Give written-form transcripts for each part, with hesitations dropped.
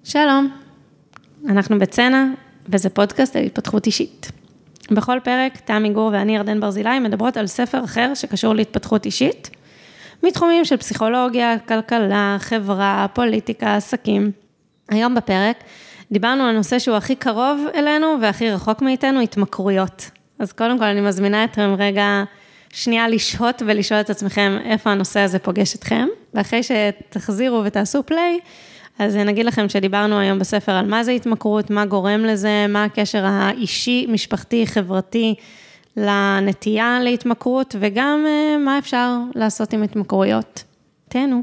שלום, אנחנו בצנע, וזה פודקאסט על התפתחות אישית. בכל פרק, תמי גור ואני ירדן ברזילי מדברות על ספר אחר שקשור להתפתחות אישית, מתחומים של פסיכולוגיה, כלכלה, חברה, פוליטיקה, עסקים. היום בפרק דיברנו על נושא שהוא הכי קרוב אלינו והכי רחוק מאיתנו, התמכרויות. אז קודם כל אני מזמינה אתכם רגע שנייה לשהות ולשאול את עצמכם איפה הנושא הזה פוגש אתכם, ואחרי שתחזירו ותעשו פליי, אז נגיד לכם שדיברנו היום בספר על מה זה התמכרות, מה גורם לזה, מה הקשר האישי, משפחתי, חברתי לנטייה להתמכרות, וגם מה אפשר לעשות עם התמכרויות. תהנו.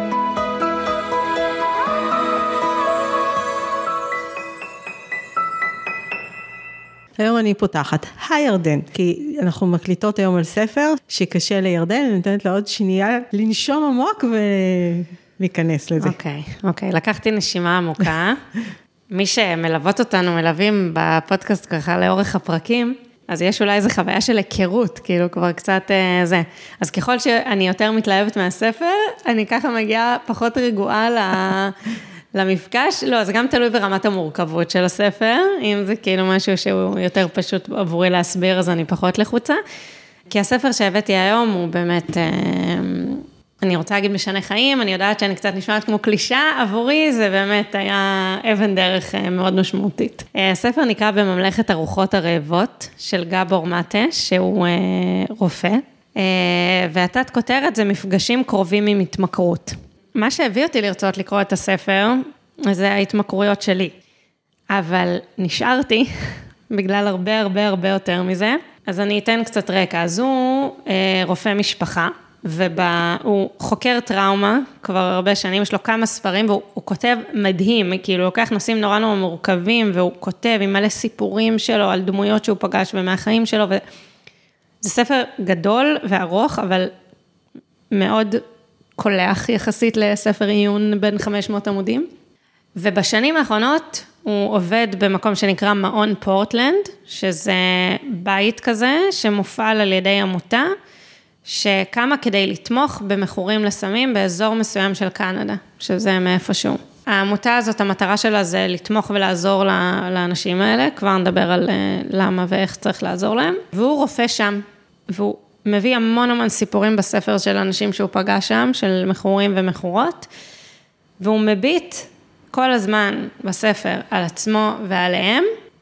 היום אני פותחת, היי ירדן, כי אנחנו מקליטות היום על ספר שקשה לירדן, אני נותנת לה עוד שנייה לנשום עמוק ולהיכנס לזה. אוקיי, לקחתי נשימה עמוקה. מי שמלוות אותנו, מלווים בפודקאסט ככה לאורך הפרקים, אז יש אולי איזו חוויה של היכרות, כאילו כבר קצת זה. אז ככל שאני יותר מתלהבת מהספר, אני ככה מגיעה פחות רגועה למפגש. לא, זה גם תלוי ברמת המורכבות של הספר, אם זה כאילו משהו שהוא יותר פשוט עבורי להסביר, אז אני פחות לחוצה. כי הספר שהבאתי היום הוא באמת, אני רוצה להגיד משנה חיים, אני יודעת שאני קצת נשמעת כמו קלישה, עבורי זה באמת היה אבן דרך מאוד משמעותית. הספר נקרא בממלכת הרוחות הרעבות, של גבור מטה, שהוא רופא, והתת כותרת זה מפגשים קרובים עם התמכרות. מה שהביא אותי לרצות לקרוא את הספר, זה ההתמכרויות שלי. אבל נשארתי, בגלל הרבה יותר מזה, אז אני אתן קצת רקע. אז הוא רופא משפחה, והוא חוקר טראומה, כבר הרבה שנים, יש לו כמה ספרים, והוא כותב מדהים, כאילו הוא לוקח נושאים נורא מורכבים, והוא כותב עם מלא סיפורים שלו, על דמויות שהוא פגש ומהחיים שלו, זה ספר גדול וארוך, אבל מאוד קולח יחסית לספר עיון בין 500 עמודים. ובשנים האחרונות הוא עובד במקום שנקרא מעון פורטלנד, שזה בית כזה שמופעל על ידי עמותה, שקמה כדי לתמוך במכורים לסמים באזור מסוים של קנדה, שזה מאיפשהו. העמותה הזאת, המטרה שלה זה לתמוך ולעזור לאנשים האלה, כבר נדבר על למה ואיך צריך לעזור להם. והוא רופא שם, והוא מביא המון סיפורים בספר של אנשים שהוא פגש שם, של מכורים ומכורות, והוא מביט כל הזמן בספר על עצמו ועליהם,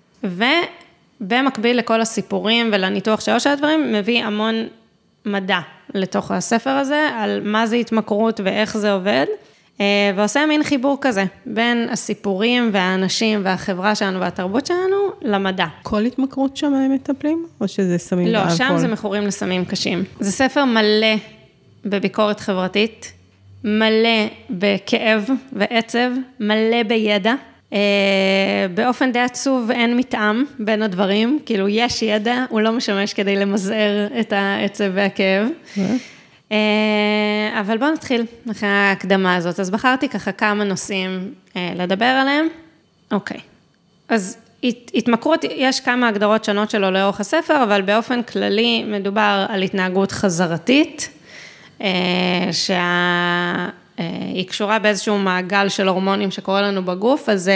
ובמקביל לכל הסיפורים ולניתוח של הדברים, מביא המון מדע לתוך הספר הזה, על מה זה התמכרות ואיך זה עובד, ועושה מין חיבור כזה, בין הסיפורים והאנשים והחברה שלנו והתרבות שלנו למדע. כל התמכרות שם הם מטפלים? או שזה סמים לא, ואלכוהול? שם זה מכורים לסמים קשים. זה ספר מלא בביקורת חברתית, מלא בכאב ועצב, מלא בידע. באופן די עצוב אין מתאם בין הדברים, כאילו יש ידע, הוא לא משמש כדי למזער את העצב והכאב. אבל בואו נתחיל אחרי ההקדמה הזאת. אז בחרתי ככה כמה נושאים לדבר עליהם. אוקיי. אז התמכרות, יש כמה הגדרות שונות שלו לאורך הספר, אבל באופן כללי מדובר על התנהגות חזרתית, שהיא קשורה באיזשהו מעגל של הורמונים שקורה לנו בגוף, אז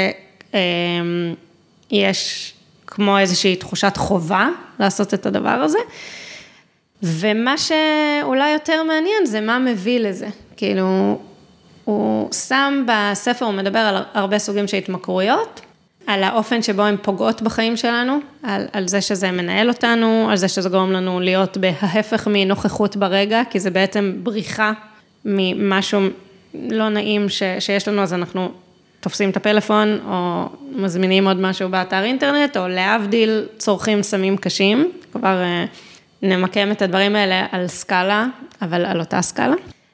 יש כמו איזושהי תחושת חובה לעשות את הדבר הזה, ומה שאולי יותר מעניין זה מה מביא לזה, כאילו הוא שם בספר, הוא מדבר על הרבה סוגים של התמכרויות, על האופן שבו הן פוגעות בחיים שלנו, על זה שזה מנהל אותנו, על זה שזה גורם לנו להיות בהפך מנוכחות ברגע, כי זה בעצם בריחה ממשהו לא נעים שיש לנו, אז אנחנו תופסים את הפלאפון, או מזמינים עוד משהו באתר אינטרנט, או להבדיל צורכים סמים קשים, כבר נמקם את הדברים האלה על סקאלה, אבל על אותה סקאלה.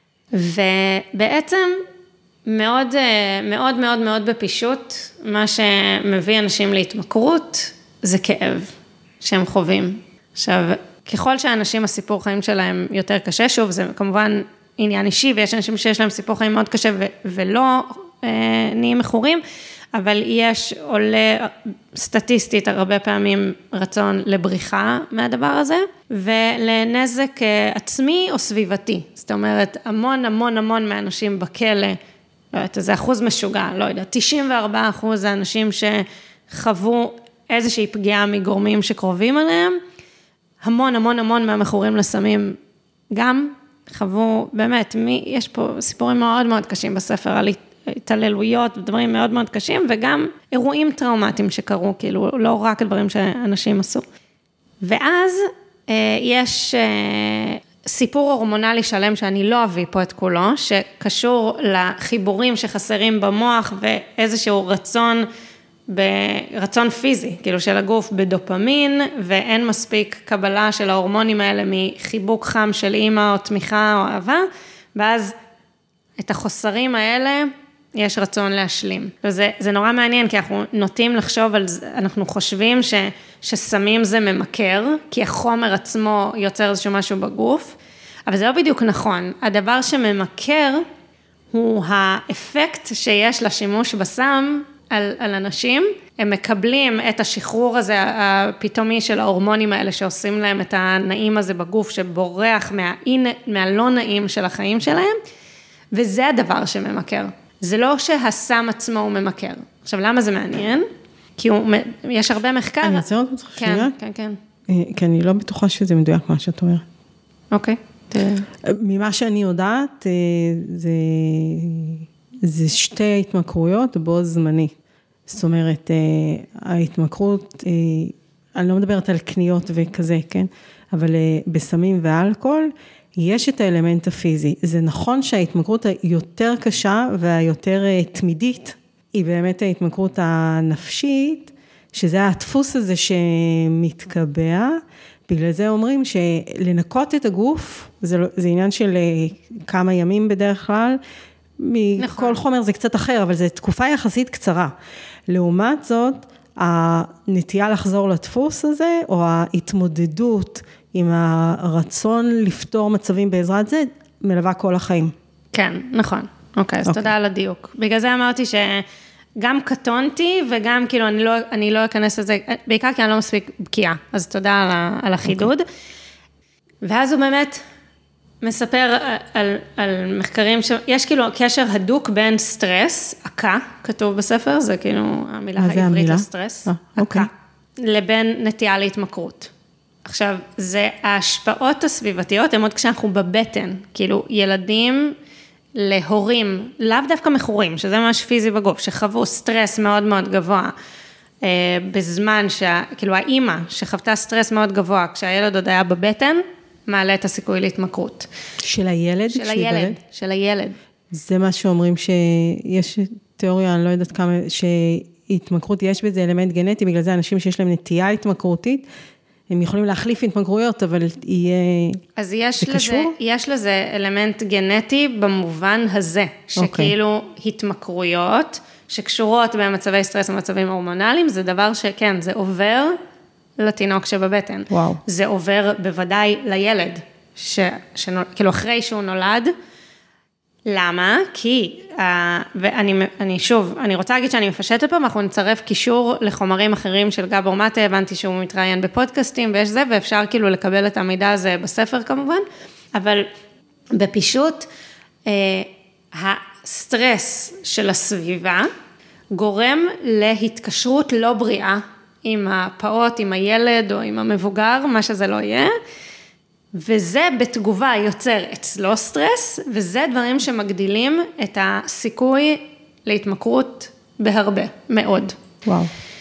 ובעצם מאוד מאוד מאוד מאוד בפישוט, מה שמביא אנשים להתמכרות, זה כאב שהם חווים. עכשיו, ככל שאנשים הסיפור חיים שלהם יותר קשה, שוב, זה כמובן עניין אישי, ויש אנשים שיש להם סיפור חיים מאוד קשה, ולא נהיים מכורים, אבל יש עולה סטטיסטית הרבה פעמים רצון לבריחה מהדבר הזה, ולנזק עצמי או סביבתי. זאת אומרת, המון מהאנשים בכלא, לא יודעת, זה אחוז משוגע, לא יודעת, 94% האנשים שחוו איזושהי פגיעה מגורמים שקרובים עליהם, המון המון המון מהמכורים לסמים גם חוו, באמת, יש פה סיפורים מאוד מאוד קשים בספר על התעללויות, דברים מאוד מאוד קשים, וגם אירועים טראומטיים שקרו, כאילו לא רק דברים שאנשים עשו. ואז יש סיפור הורמונלי שלם שאני לא אביא פה את כולו, שקשור לחיבורים שחסרים במוח ואיזשהו רצון פיזי, כאילו של הגוף בדופמין, ואין מספיק קבלה של ההורמונים האלה מחיבוק חם של אימא או תמיכה או אהבה, ואז את החוסרים האלה יש רצון להשלים. וזה נורא מעניין, כי אנחנו נוטים לחשוב על זה, אנחנו חושבים שסמים זה ממכר, כי החומר עצמו יוצר איזשהו משהו בגוף, אבל זה לא בדיוק נכון. הדבר שממכר הוא האפקט שיש לשימוש בסם על אנשים, הם מקבלים את השחרור הזה הפתאומי של ההורמונים האלה שעושים להם את הנעים הזה בגוף שבורח מהלא נעים של החיים שלהם, וזה הדבר שממכר. זה לא שהסם עצמו הוא ממכר. עכשיו, למה זה מעניין? כי יש הרבה מחקר. אני רוצה עוד אותך שנייה? כן, כן. כי אני לא בטוחה שזה מדויק מה שאת אומרת. אוקיי. ממה שאני יודעת, זה שתי התמכרויות בו זמני. זאת אומרת, ההתמכרות, אני לא מדברת על קניות וכזה, כן? אבל בסמים ואלכוהול, יש את האלמנט הפיזי. זה נכון שההתמכרות היותר קשה והיותר תמידית, היא באמת ההתמכרות הנפשית, שזה הדפוס הזה שמתקבע, בגלל זה אומרים שלנקות את הגוף, זה עניין של כמה ימים בדרך כלל, מכל חומר זה קצת אחר, אבל זו תקופה יחסית קצרה. לעומת זאת, הנטייה לחזור לדפוס הזה, או ההתמודדות עם הרצון לפתור מצבים בעזרת זה, מלווה כל החיים. כן, נכון. אוקיי, אז תודה על הדיוק. בגלל זה אמרתי שגם קטונתי, וגם כאילו אני לא אכנס לזה, בעיקר כי אני לא מספיק בקיאה, אז תודה על החידוד. ואז הוא באמת מספר על מחקרים, יש כאילו קשר הדוק בין סטרס, עקה, כתוב בספר, זה כאילו המילה העברית לסטרס, עקה, לבין נטייה להתמכרות. עכשיו, זה ההשפעות הסביבתיות, הן עוד כשאנחנו בבטן, כאילו ילדים להורים, לאו דווקא מכורים, שזה ממש פיזי בגוף, שחוו סטרס מאוד מאוד גבוה, בזמן כאילו האימא שחוותה סטרס מאוד גבוה, כשהילד עוד היה בבטן, מעלה את הסיכוי להתמכרות. של הילד? של הילד. זה מה שאומרים שיש תיאוריה, אני לא יודעת כמה, שהתמכרות יש בזה אלמנט גנטי, בגלל זה אנשים שיש להם נטייה התמכרותית, הם יכולים להחליף התמכרויות, אבל יהיה... אז יש לזה אלמנט גנטי במובן הזה, שכאילו התמכרויות, שקשורות במצבי סטרס ומצבים הורמונליים, זה דבר שכן, זה עובר לתינוק שבבטן. וואו. זה עובר בוודאי לילד, כאילו אחרי שהוא נולד. למה? כי, אני רוצה להגיד שאני מפשטת פה, אנחנו נצרף קישור לחומרים אחרים של גבור מטה, הבנתי שהוא מתראיין בפודקאסטים ויש זה, ואפשר כאילו לקבל את המידע הזה בספר כמובן, אבל בפישוט, הסטרס של הסביבה גורם להתקשרות לא בריאה, עם הפעות, עם הילד או עם המבוגר, מה שזה לא יהיה, וזה בתגובה יוצר אצלו סטרס, וזה דברים שמגדילים את הסיכוי להתמכרות בהרבה, מאוד. וואו.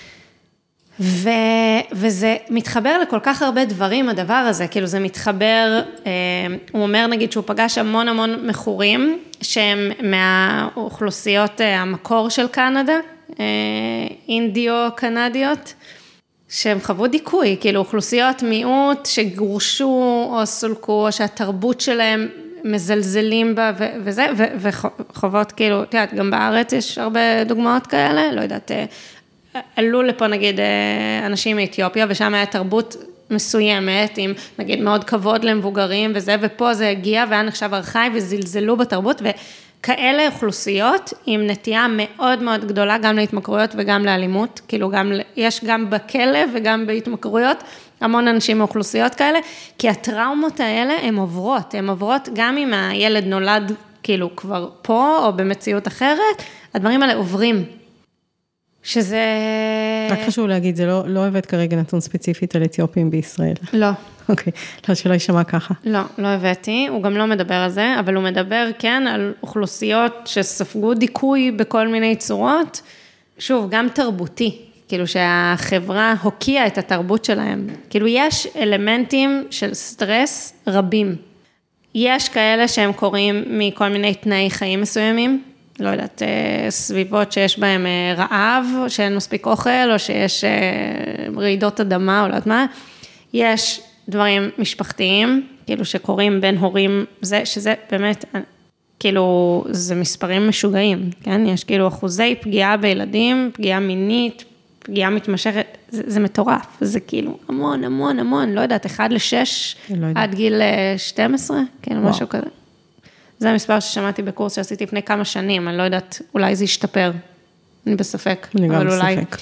וזה מתחבר לכל כך הרבה דברים, הדבר הזה, כאילו זה מתחבר, הוא אומר נגיד שהוא פגש המון המון מכורים, שהם מהאוכלוסיות המקור של קנדה, אינדיו-קנדיות, שהם חוו דיכוי, כאילו אוכלוסיות מיעוט שגורשו או סולקו, או שהתרבות שלהם מזלזלים בה וזה, וחוות כאילו, את יודעת, גם בארץ יש הרבה דוגמאות כאלה, לא יודעת, עלו לפה נגיד אנשים מאתיופיה, ושם היה תרבות מסוימת, עם נגיד מאוד כבוד למבוגרים וזה, ופה זה הגיע, והיה נחשב ארכאי וזלזלו בתרבות, כאלה אוכלוסיות עם נטייה מאוד מאוד גדולה, גם להתמכרויות וגם לאלימות, כאילו יש גם בכלא וגם בהתמכרויות, המון אנשים מאוכלוסיות כאלה, כי הטראומות האלה הן עוברות גם אם הילד נולד כאילו כבר פה או במציאות אחרת, הדברים האלה עוברים. שזה... רק חשוב להגיד, זה לא הבאת כרגע נתון ספציפית על אתיופים בישראל. לא. אוקיי, לא, שלא יישמע ככה. לא הבאתי, הוא גם לא מדבר על זה, אבל הוא מדבר, כן, על אוכלוסיות שספגו דיכוי בכל מיני צורות, שוב, גם תרבותי, כאילו שהחברה הוקיעה את התרבות שלהם, כאילו יש אלמנטים של סטרס רבים, יש כאלה שהם קוראים מכל מיני תנאי חיים מסוימים, לא יודעת, סביבות שיש בהם רעב, שאין מספיק אוכל, או שיש רעידות אדמה, או לא יודעת מה, יש דברים משפחתיים, כאילו שקורים בין הורים, שזה באמת, כאילו, זה מספרים משוגעים, כן? יש כאילו אחוזי פגיעה בילדים, פגיעה מינית, פגיעה מתמשכת, זה מטורף, זה כאילו המון, המון, המון, לא יודעת, 1-6, עד גיל 12, כאילו משהו כזה. זה המספר ששמעתי בקורס שעשיתי לפני כמה שנים, אני לא יודעת, אולי זה ישתפר, אני בספק. אני גם בספק.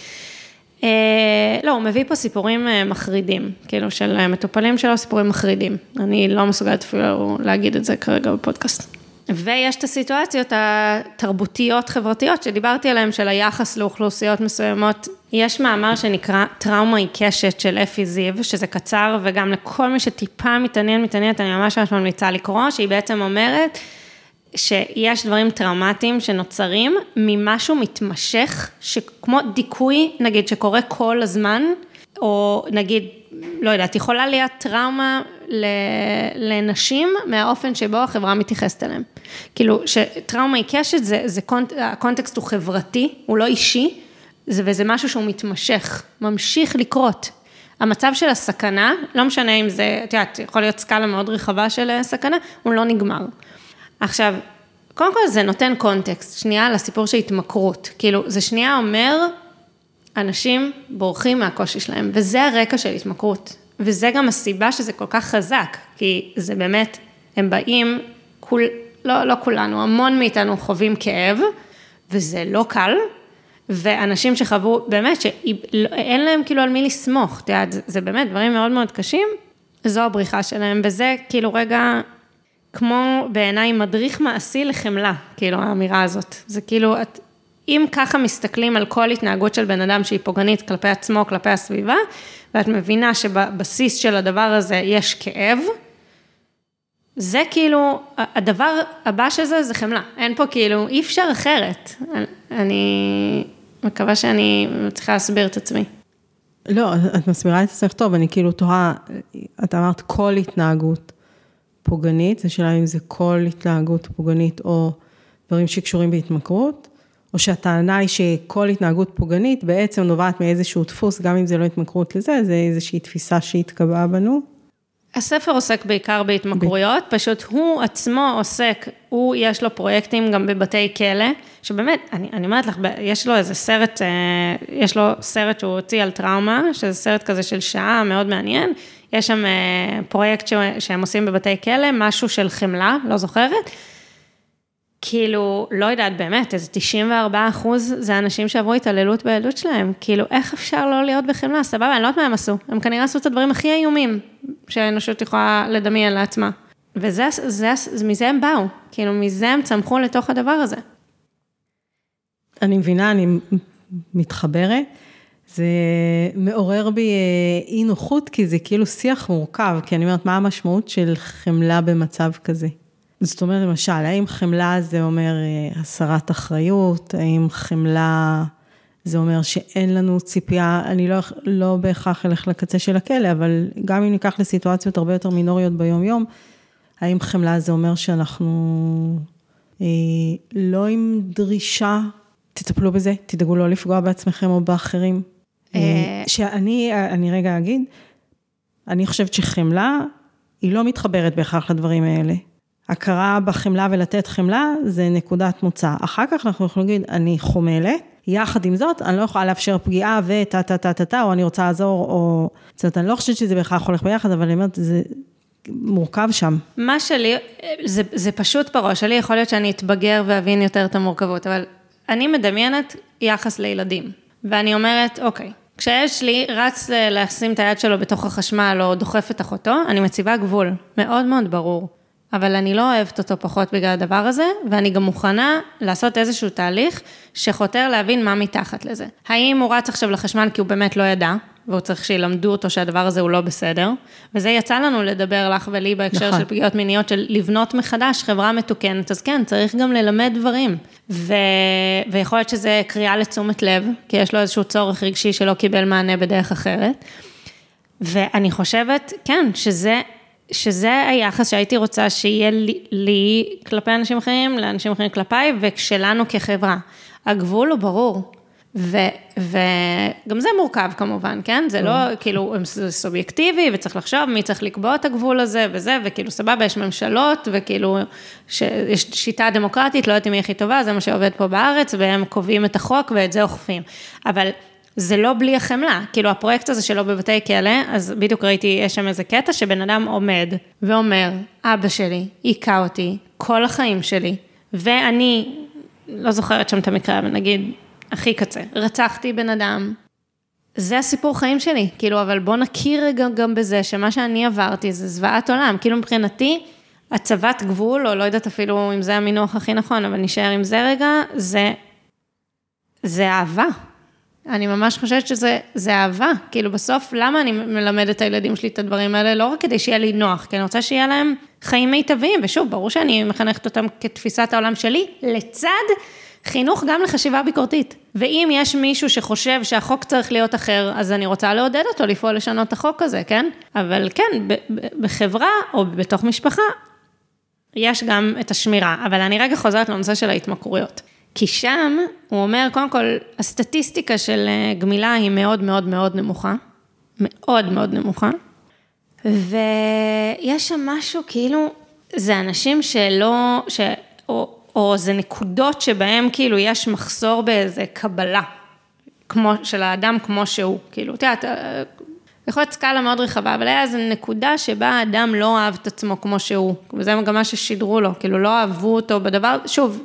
לא, הוא מביא פה סיפורים מחרידים, כאילו של מטופלים שלו, סיפורים מחרידים. אני לא מסוגלת אפילו להגיד את זה כרגע בפודקאסט. ויש את הסיטואציות התרבותיות, חברתיות, שדיברתי עליהן, של היחס לאוכלוסיות מסוימות. יש מאמר שנקרא טראומה עיקשת של אפי זיו, שזה קצר, וגם לכל מי שטיפה מתעניינת, אני ממש ממליצה לקרוא, שהיא בעצם אומרת, שיש דברים טראומטיים שנוצרים ממשהו מתמשך, שכמו דיכוי, נגיד, שקורה כל הזמן, או נגיד, לא יודעת, יכולה להיות טראומה לנשים מהאופן שבו החברה מתייחסת אליהם. כאילו, שטראומה עיקשת, הקונטקסט הוא חברתי, הוא לא אישי, וזה משהו שהוא מתמשך, ממשיך לקרות. המצב של הסכנה, לא משנה אם זה, את יודעת, יכול להיות סקאלה מאוד רחבה של סכנה, הוא לא נגמר. עכשיו, קודם כל זה נותן קונטקסט, שנייה לסיפור של התמכרות, כאילו זה שנייה אומר, אנשים בורחים מהקושי שלהם, וזה הרקע של התמכרות, וזה גם הסיבה שזה כל כך חזק, כי זה באמת, הם באים, לא כולנו, המון מאיתנו חווים כאב, וזה לא קל, ואנשים שחוו, באמת, שאין להם כאילו על מי לסמוך, אתה יודע, זה באמת דברים מאוד מאוד קשים, זו הבריחה שלהם, וזה כאילו רגע, כמו בעיניי מדריך מעשי לחמלה, כאילו האמירה הזאת. זה כאילו, אם ככה מסתכלים על כל התנהגות של בן אדם שהיא פוגענית כלפי עצמו, כלפי הסביבה, ואת מבינה שבבסיס של הדבר הזה יש כאב, זה כאילו, הדבר הבא של זה זה חמלה. אין פה כאילו, אי אפשר אחרת. אני מקווה שאני צריכה להסביר את עצמי. לא, את מסבירה את עצמך טוב, אני כאילו תוהה, את אמרת כל התנהגות פוגענית, זה שאלה אם זה כל התנהגות פוגענית או דברים שקשורים בהתמכרות, או שהטענה היא שכל התנהגות פוגענית בעצם נובעת מאיזשהו דפוס, גם אם זה לא התמכרות לזה, זה איזושהי תפיסה שהתקבעה בנו. הספר עוסק בעיקר בהתמכרויות, פשוט הוא עצמו עוסק, יש לו פרויקטים גם בבתי כלא, שבאמת, אני אומרת לך, יש לו איזה סרט, יש לו סרט שהוא הוציא על טראומה, שזה סרט כזה של שעה מאוד מעניין, יש שם פרויקט שהם עושים בבתי כלא, משהו של חמלה, לא זוכרת, כאילו, לא יודעת באמת, איזה 94% זה אנשים שעברו התעללות בילדות שלהם, כאילו, איך אפשר לא להיות בחמלה? סבבה, אני לא יודעת מה הם עשו, הם כנראה עשו את הדברים הכי איומים, שהאנושות יכולה לדמיין לעצמה, מזה הם באו, כאילו, מזה הם צמחו לתוך הדבר הזה. אני מבינה, אני מתחברת, זה מעורר בי אי נוחות, כי זה כאילו שיח מורכב, כי אני אומרת, מה המשמעות של חמלה במצב כזה? זאת אומרת, למשל, האם חמלה זה אומר הסרת אחריות, האם חמלה זה אומר שאין לנו ציפייה, אני לא בהכרח אלך לקצה של הכלא, אבל גם אם ניקח לסיטואציות הרבה יותר מינוריות ביום יום, האם חמלה זה אומר שאנחנו לא עם דרישה, תטפלו בזה, תדאגו לא לפגוע בעצמכם או באחרים. שאני רגע אגיד, אני חושבת שחמלה היא לא מתחברת בהכרח לדברים האלה. הכרה בחמלה ולתת חמלה זה נקודת מוצא. אחר כך אנחנו יכולים להגיד, אני חומלת, יחד עם זאת, אני לא יכולה לאפשר פגיעה או אני רוצה לעזור, או... זאת אומרת, אני לא חושבת שזה בהכרח הולך ביחד, אבל אני אומרת, זה מורכב שם. מה שלי, זה פשוט בראש שלי, יכול להיות שאני אתבגר ואבין יותר את המורכבות, אבל אני מדמיינת יחס לילדים, ואני אומרת, אוקיי, כשיש לי רץ לשים את היד שלו בתוך החשמל, או דוחף את אחותו, אני מציבה גבול, מאוד מאוד ברור. אבל אני לא אוהבת אותו פחות בגלל הדבר הזה, ואני גם מוכנה לעשות איזשהו תהליך שחותר להבין מה מתחת לזה. האם הוא רץ עכשיו לחשמל כי הוא באמת לא ידע, והוא צריך שילמדו אותו שהדבר הזה הוא לא בסדר, וזה יצא לנו לדבר לך ולי בהקשר של פגיעות מיניות, של לבנות מחדש חברה מתוקנת, אז כן, צריך גם ללמד דברים, ויכול להיות שזה קריאה לתשומת לב, כי יש לו איזשהו צורך רגשי שלא קיבל מענה בדרך אחרת, ואני חושבת, כן, שזה היחס שהייתי רוצה שיהיה לי כלפי אנשים אחרים, לאנשים אחרים כלפיי, וכשלנו כחברה. הגבול הוא ברור, וגם זה מורכב כמובן, כן? זה לא, כאילו, זה סובייקטיבי, וצריך לחשוב מי צריך לקבוע את הגבול הזה, וזה, וכאילו סבבה, יש ממשלות, וכאילו, יש שיטה דמוקרטית, לא יודעת אם היא הכי טובה, זה מה שעובד פה בארץ, והם קובעים את החוק, ואת זה אוכפים. אבל זה לא בלי החמלה, כאילו הפרויקט הזה שלו בבתי כלא, אז בדיוק ראיתי, יש שם איזה קטע שבן אדם עומד ואומר, אבא שלי היכה אותי כל החיים שלי, ואני לא זוכרת שם את המקרה, אבל נגיד, הכי קצה, רצחתי בן אדם, זה הסיפור חיים שלי, כאילו, אבל בוא נכיר רגע גם בזה, שמה שאני עברתי זה זוועת עולם, כאילו מבחינתי, הצבת גבול, או לא יודעת אפילו אם זה המינוח הכי נכון, אבל נשאר עם זה רגע, זה אהבה. אני ממש חושבת שזה אהבה, כאילו בסוף, למה אני מלמדת את הילדים שלי את הדברים האלה? לא רק כדי שיהיה לי נוח, כי אני רוצה שיהיה להם חיים מיטביים, ושוב, ברור שאני מחנכת אותם כתפיסת העולם שלי, לצד חינוך גם לחשיבה ביקורתית. ואם יש מישהו שחושב שהחוק צריך להיות אחר, אז אני רוצה לעודד אותו לפעול לשנות את החוק הזה, כן? אבל כן, בחברה או בתוך משפחה, יש גם את השמירה, אבל אני רגע חוזרת לנושא של ההתמכרויות. כי שם, הוא אומר, קודם כל, הסטטיסטיקה של גמילה היא מאוד מאוד מאוד נמוכה, מאוד מאוד נמוכה, ויש שם משהו כאילו, זה אנשים שלא, או זה נקודות שבהם כאילו יש מחסור באיזה קבלה, של האדם כמו שהוא, כאילו, תראה, יכול להיות סקאלה מאוד רחבה, אבל היה איזו נקודה שבה האדם לא אהב את עצמו כמו שהוא, וזה גם מה ששידרו לו, כאילו לא אהבו אותו בדבר, שוב,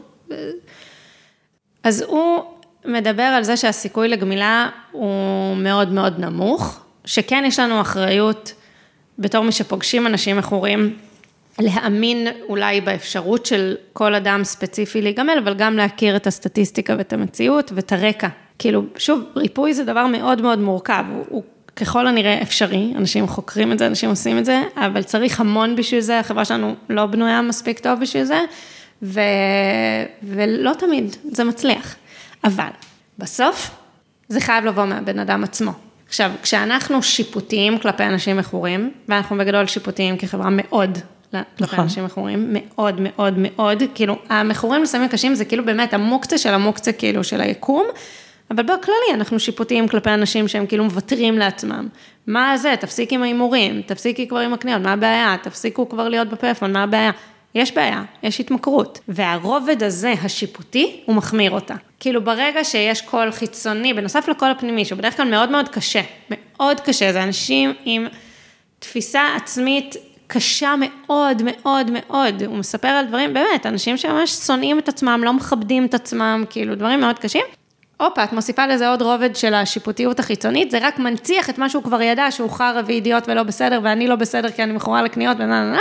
אז הוא מדבר על זה שהסיכוי לגמילה הוא מאוד מאוד נמוך, שכן יש לנו אחריות בתור מי שפוגשים אנשים מכורים, להאמין אולי באפשרות של כל אדם ספציפי להיגמל, אבל גם להכיר את הסטטיסטיקה ואת המציאות ואת הרקע. כאילו, שוב, ריפוי זה דבר מאוד מאוד מורכב, הוא ככל הנראה אפשרי, אנשים חוקרים את זה, אנשים עושים את זה, אבל צריך המון בשביל זה, החברה שלנו לא בנויה מספיק טוב בשביל זה, ולא תמיד זה מצליח. אבל בסוף זה חייב לבוא מהבן אדם עצמו. עכשיו, כשאנחנו שיפוטיים כלפי אנשים מכורים, ואנחנו בגדול שיפוטיים כחברה מאוד כלפי אנשים מכורים, מאוד מאוד מאוד, כאילו המכורים לסמים קשים זה כאילו באמת המוקצה של המוקצה כאילו של היקום, אבל בכללי אנחנו שיפוטיים כלפי אנשים שהם כאילו מוותרים לעצמם. מה זה? תפסיק עם האימורים, תפסיקי כבר עם הקניות, מה הבעיה? תפסיקו כבר להיות בפלאפון, מה הבעיה? יש בעיה, יש התמכרות, והרובד הזה, השיפוטי, הוא מחמיר אותה. כאילו ברגע שיש קול חיצוני, בנוסף לקול הפנימי, שהוא בדרך כלל מאוד מאוד קשה, מאוד קשה, זה אנשים עם תפיסה עצמית קשה מאוד מאוד מאוד, הוא מספר על דברים, באמת, אנשים שממש שונאים את עצמם, לא מכבדים את עצמם, כאילו דברים מאוד קשים. אופה, את מוסיפה לזה עוד רובד של השיפוטיות החיצונית, זה רק מנציח את מה שהוא כבר ידע, שהוא חרא ואידיוט ולא בסדר, ואני לא בסדר כי אני מכורה לקניות,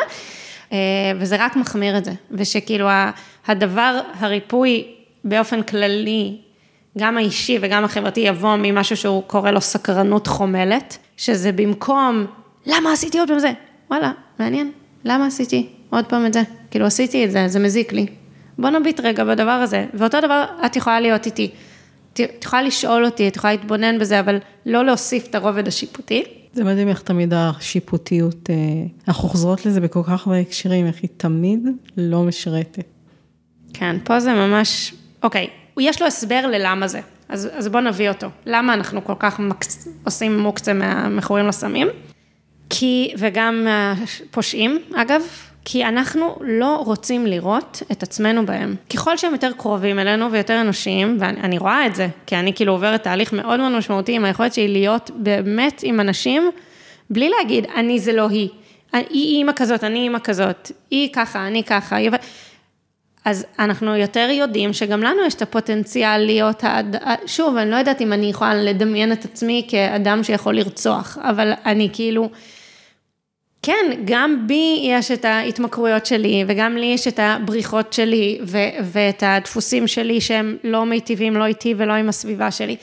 וזה רק מחמיר את זה, ושכאילו הדבר, הריפוי באופן כללי, גם האישי וגם החברתי יבוא ממשהו שהוא קורא לו סקרנות חומלת, שזה במקום, למה עשיתי עוד פעם זה? וואלה, מעניין, למה עשיתי עוד פעם את זה? כאילו עשיתי את זה, זה מזיק לי. בוא נביט רגע בדבר הזה, ואותו דבר את יכולה להיות איתי, את יכולה לשאול אותי, את יכולה להתבונן בזה, אבל לא להוסיף את הרובד השיפוטי. זה מדהים איך תמיד השיפוטיות, אנחנו חוזרות לזה בכל כך הרבה הקשרים, איך היא תמיד לא משרתת. כן, פה זה ממש, אוקיי, יש לו הסבר ללמה זה, אז בוא נביא אותו. למה אנחנו כל כך עושים מוקצה מהמכורים לסמים? כי, וגם פושעים, אגב, כי אנחנו לא רוצים לראות את עצמנו בהם. ככל שהם יותר קרובים אלינו ויותר אנושיים, ואני רואה את זה, כי אני כאילו עוברת תהליך מאוד מאוד משמעותי, עם היכולת שלי להיות באמת עם אנשים, בלי להגיד, אני זה לא היא. היא אימא כזאת, אני אימא כזאת. היא ככה, אני ככה. אז אנחנו יותר יודעים שגם לנו יש את הפוטנציאל להיות, שוב, אני לא יודעת אם אני יכולה לדמיין את עצמי כאדם שיכול לרצוח, אבל אני כאילו, כן, גם בי יש את ההתמכרויות שלי, וגם לי יש את הבריחות שלי, ואת הדפוסים שלי שהם לא מיטיבים, לא איתי ולא עם הסביבה שלי.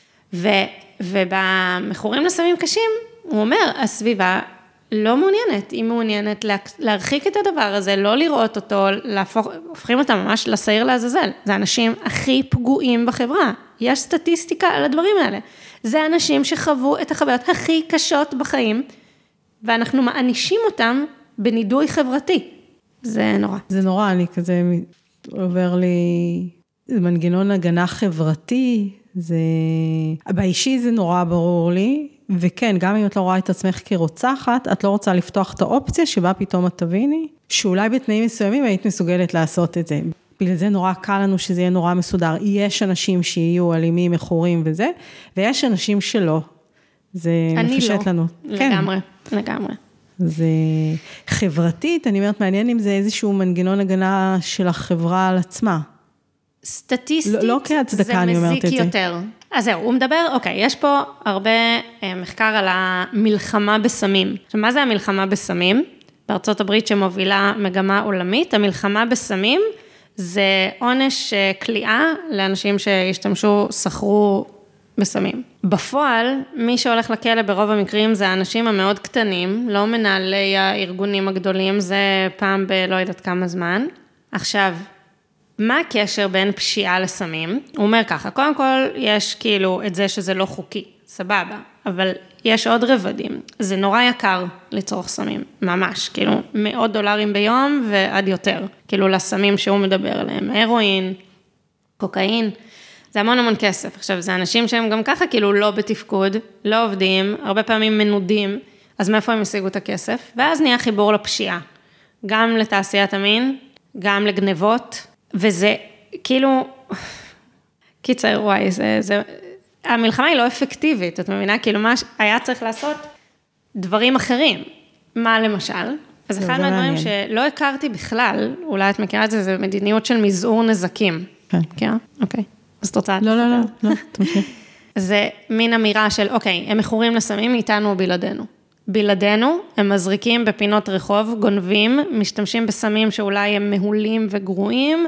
ובמכורים לסמים קשים, הוא אומר, הסביבה לא מעוניינת, היא מעוניינת להרחיק את הדבר הזה, לא לראות אותו, הופכים אותם ממש לשעיר לעזאזל. זה האנשים הכי פגועים בחברה. יש סטטיסטיקה על הדברים האלה. זה אנשים שחוו את החוויות הכי קשות בחיים, ואנחנו מענישים אותם בנידוי חברתי. זה נורא. זה נורא, אני כזה עובר לי, זה מנגנון הגנה חברתי, זה, באישי זה נורא ברור לי, וכן, גם אם את לא רואה את עצמך כרוצחת, את לא רוצה לפתוח את האופציה שבה פתאום את תביני, שאולי בתנאים מסוימים היית מסוגלת לעשות את זה. בגלל זה נורא קל לנו שזה יהיה נורא מסודר. יש אנשים שיהיו אלימים, מכורים וזה, ויש אנשים שלא. זה מפשט לנו. לגמרי, לגמרי. זה חברתית, אני אומרת, מעניין אם זה איזשהו מנגנון הגנה של החברה על עצמה. סטטיסטית, לא כהצדקה, אני אומרת את זה. זה מזיק יותר. אז זהו, הוא מדבר, אוקיי, יש פה הרבה מחקר על המלחמה בסמים. עכשיו, מה זה המלחמה בסמים? בארצות הברית שמובילה מגמה עולמית, המלחמה בסמים זה עונש כליאה לאנשים שהשתמשו, סחרו בסמים. בפועל, מי שהולך לכלא ברוב המקרים זה האנשים המאוד קטנים, לא מנהלי הארגונים הגדולים, זה פעם בלא יודעת כמה זמן. עכשיו, מה הקשר בין פשיעה לסמים? הוא אומר ככה, קודם כל יש כאילו את זה שזה לא חוקי, סבבה, אבל יש עוד רבדים, זה נורא יקר לצרוך סמים, ממש, כאילו $100 ביום ועד יותר, כאילו לסמים שהוא מדבר עליהם, הרואין, קוקאין, זה המון המון כסף. עכשיו, זה אנשים שהם גם ככה כאילו לא בתפקוד, לא עובדים, הרבה פעמים מנודים, אז מאיפה הם השיגו את הכסף? ואז נהיה חיבור לפשיעה, גם לתעשיית המין, גם לגנבות, וזה כאילו, קיצר, וואי, המלחמה היא לא אפקטיבית, את מבינה? כאילו מה היה צריך לעשות? דברים אחרים. מה למשל? אז אחד מהדברים שלא הכרתי בכלל, אולי את מכירה את זה, זה מדיניות של מזעור נזקים. כן. כן? אוקיי. אז את רוצה? לא, תמשיך. זה מין אמירה של, אוקיי, הם מכורים לסמים איתנו או בלעדינו. בלעדינו, הם מזריקים בפינות רחוב, גונבים, משתמשים בסמים שאולי הם מהולים וגרועים,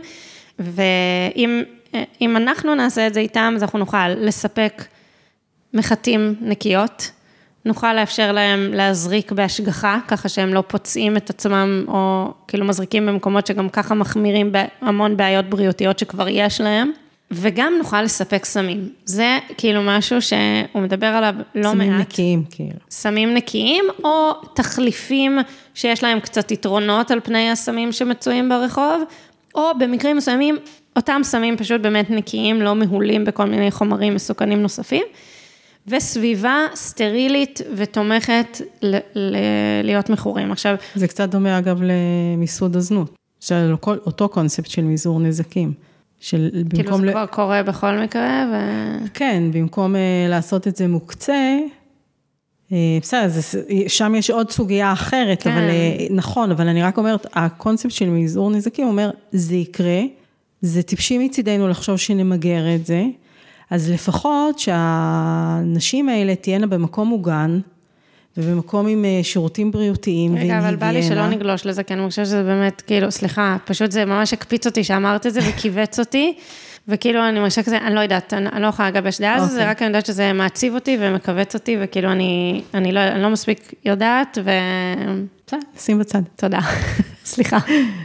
ואם אנחנו נעשה את זה איתם, אז אנחנו נוכל לספק מחטים נקיות, נוכל לאפשר להם להזריק בהשגחה, ככה שהם לא פוצעים את עצמם, או כאילו מזריקים במקומות שגם ככה מחמירים בהמון בעיות בריאותיות שכבר יש להם, וגם נוכל לספק סמים. זה כאילו משהו שהוא מדבר עליו לא מעט. סמים נקיים, כאילו. סמים נקיים, או תחליפים שיש להם קצת יתרונות על פני הסמים שמצויים ברחוב, או במקרים מסוימים, אותם סמים פשוט באמת נקיים, לא מהולים בכל מיני חומרים מסוכנים נוספים, וסביבה סטרילית ותומכת להיות מכורים. עכשיו, זה קצת דומה אגב למיסוד הזנות, של אותו קונספט של מזעור נזקים. כאילו זה כבר קורה בכל מקרה, כן, במקום לעשות את זה מוקצה, בסדר, שם יש עוד סוגיה אחרת, אבל נכון, אבל אני רק אומרת, הקונספט של מזעור נזקים אומר, זה יקרה, זה טיפשי מצידנו לחשוב שנמגר את זה, אז לפחות שהנשים האלה תהיינה במקום מוגן, ובמקום עם שירותים בריאותיים. רגע, אבל בא לי שלא נגלוש לזה, כי אני חושבת שזה באמת, כאילו, סליחה, פשוט זה ממש הקפיץ אותי שאמרת את זה, וקיבץ אותי, וכאילו אני מרשה כזה, אני לא יודעת, אני לא יכולה לגבש דעה על זה, זה רק אני יודעת שזה מעציב אותי ומקבץ אותי, וכאילו אני לא מספיק יודעת, שים בצד. תודה, סליחה.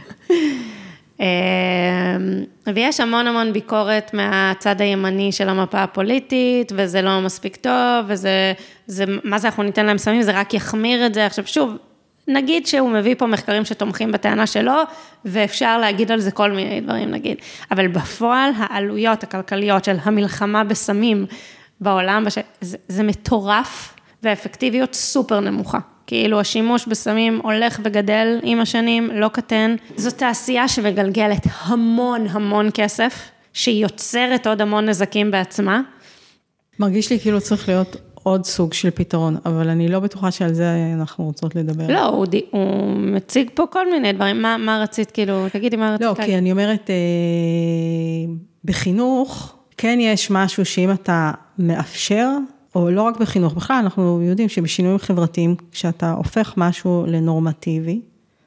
ויש המון המון ביקורת מהצד הימני של המפה הפוליטית, וזה לא מספיק טוב, מה זה אנחנו ניתן להם סמים, זה רק יחמיר את זה. עכשיו שוב, נגיד שהוא מביא פה מחקרים שתומכים בטענה שלו, ואפשר להגיד על זה כל מיני דברים נגיד, אבל בפועל העלויות הכלכליות של המלחמה בסמים בעולם, זה מטורף, והאפקטיביות סופר נמוכה. כאילו השימוש בסמים הולך וגדל עם השנים, לא קטן. זו תעשייה שמגלגלת המון המון כסף, שהיא יוצרת עוד המון נזקים בעצמה. מרגיש לי כאילו צריך להיות עוד סוג של פתרון, אבל אני לא בטוחה שעל זה אנחנו רוצות לדבר. לא, הוא מציג פה כל מיני דברים. מה רצית כאילו, תגידי מה רצית? לא, כי אני אומרת, בחינוך, כן יש משהו שאם אתה מאפשר, או לא רק בחינוך, בכלל אנחנו יודעים שבשינויים חברתיים, כשאתה הופך משהו לנורמטיבי,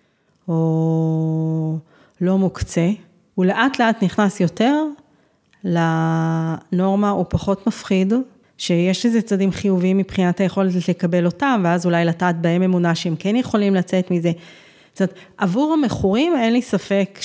או לא מוקצה, הוא לאט לאט נכנס יותר לנורמה, הוא פחות מפחיד, שיש לזה צדדים חיוביים מבחינת היכולת לקבל אותם, ואז אולי לטעת בהם אמונה שהם כן יכולים לצאת מזה. זאת אומרת, עבור המכורים אין לי ספק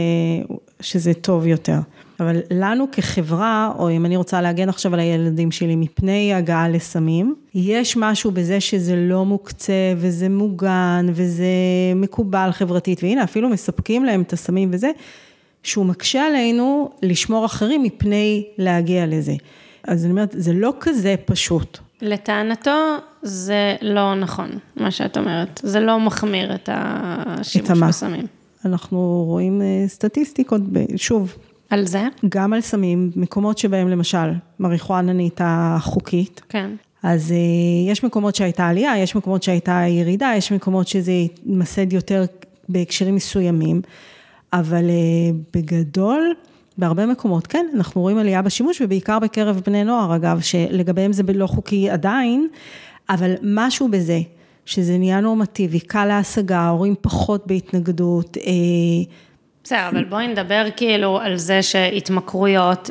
שזה טוב יותר. אבל לנו כחברה, או אם אני רוצה להגן עכשיו על הילדים שלי מפני הגעה לסמים, יש משהו בזה שזה לא מוקצה, וזה מוגן, וזה מקובל חברתית, והנה אפילו מספקים להם את הסמים וזה, שהוא מקשה עלינו לשמור אחרים מפני להגיע לזה. אז אני אומרת, זה לא כזה פשוט. לטענתו זה לא נכון, מה שאת אומרת. זה לא מחמיר את השימוש בסמים. אנחנו רואים סטטיסטיקות, שוב. על זה? גם על סמים, מקומות שבהם למשל, מריחואנה נהייתה חוקית. כן. אז יש מקומות שהייתה עלייה, יש מקומות שהייתה ירידה, יש מקומות שזה מסד יותר בהקשרים מסוימים, אבל בגדול, בהרבה מקומות, כן, אנחנו רואים עלייה בשימוש, ובעיקר בקרב בני נוער, אגב, שלגביהם זה לא חוקי עדיין, אבל משהו בזה, שזה נהיה נורמטיבי, קל להשגה, הורים פחות בהתנגדות. בסדר, אבל בואי נדבר כאילו על זה שהתמכרויות,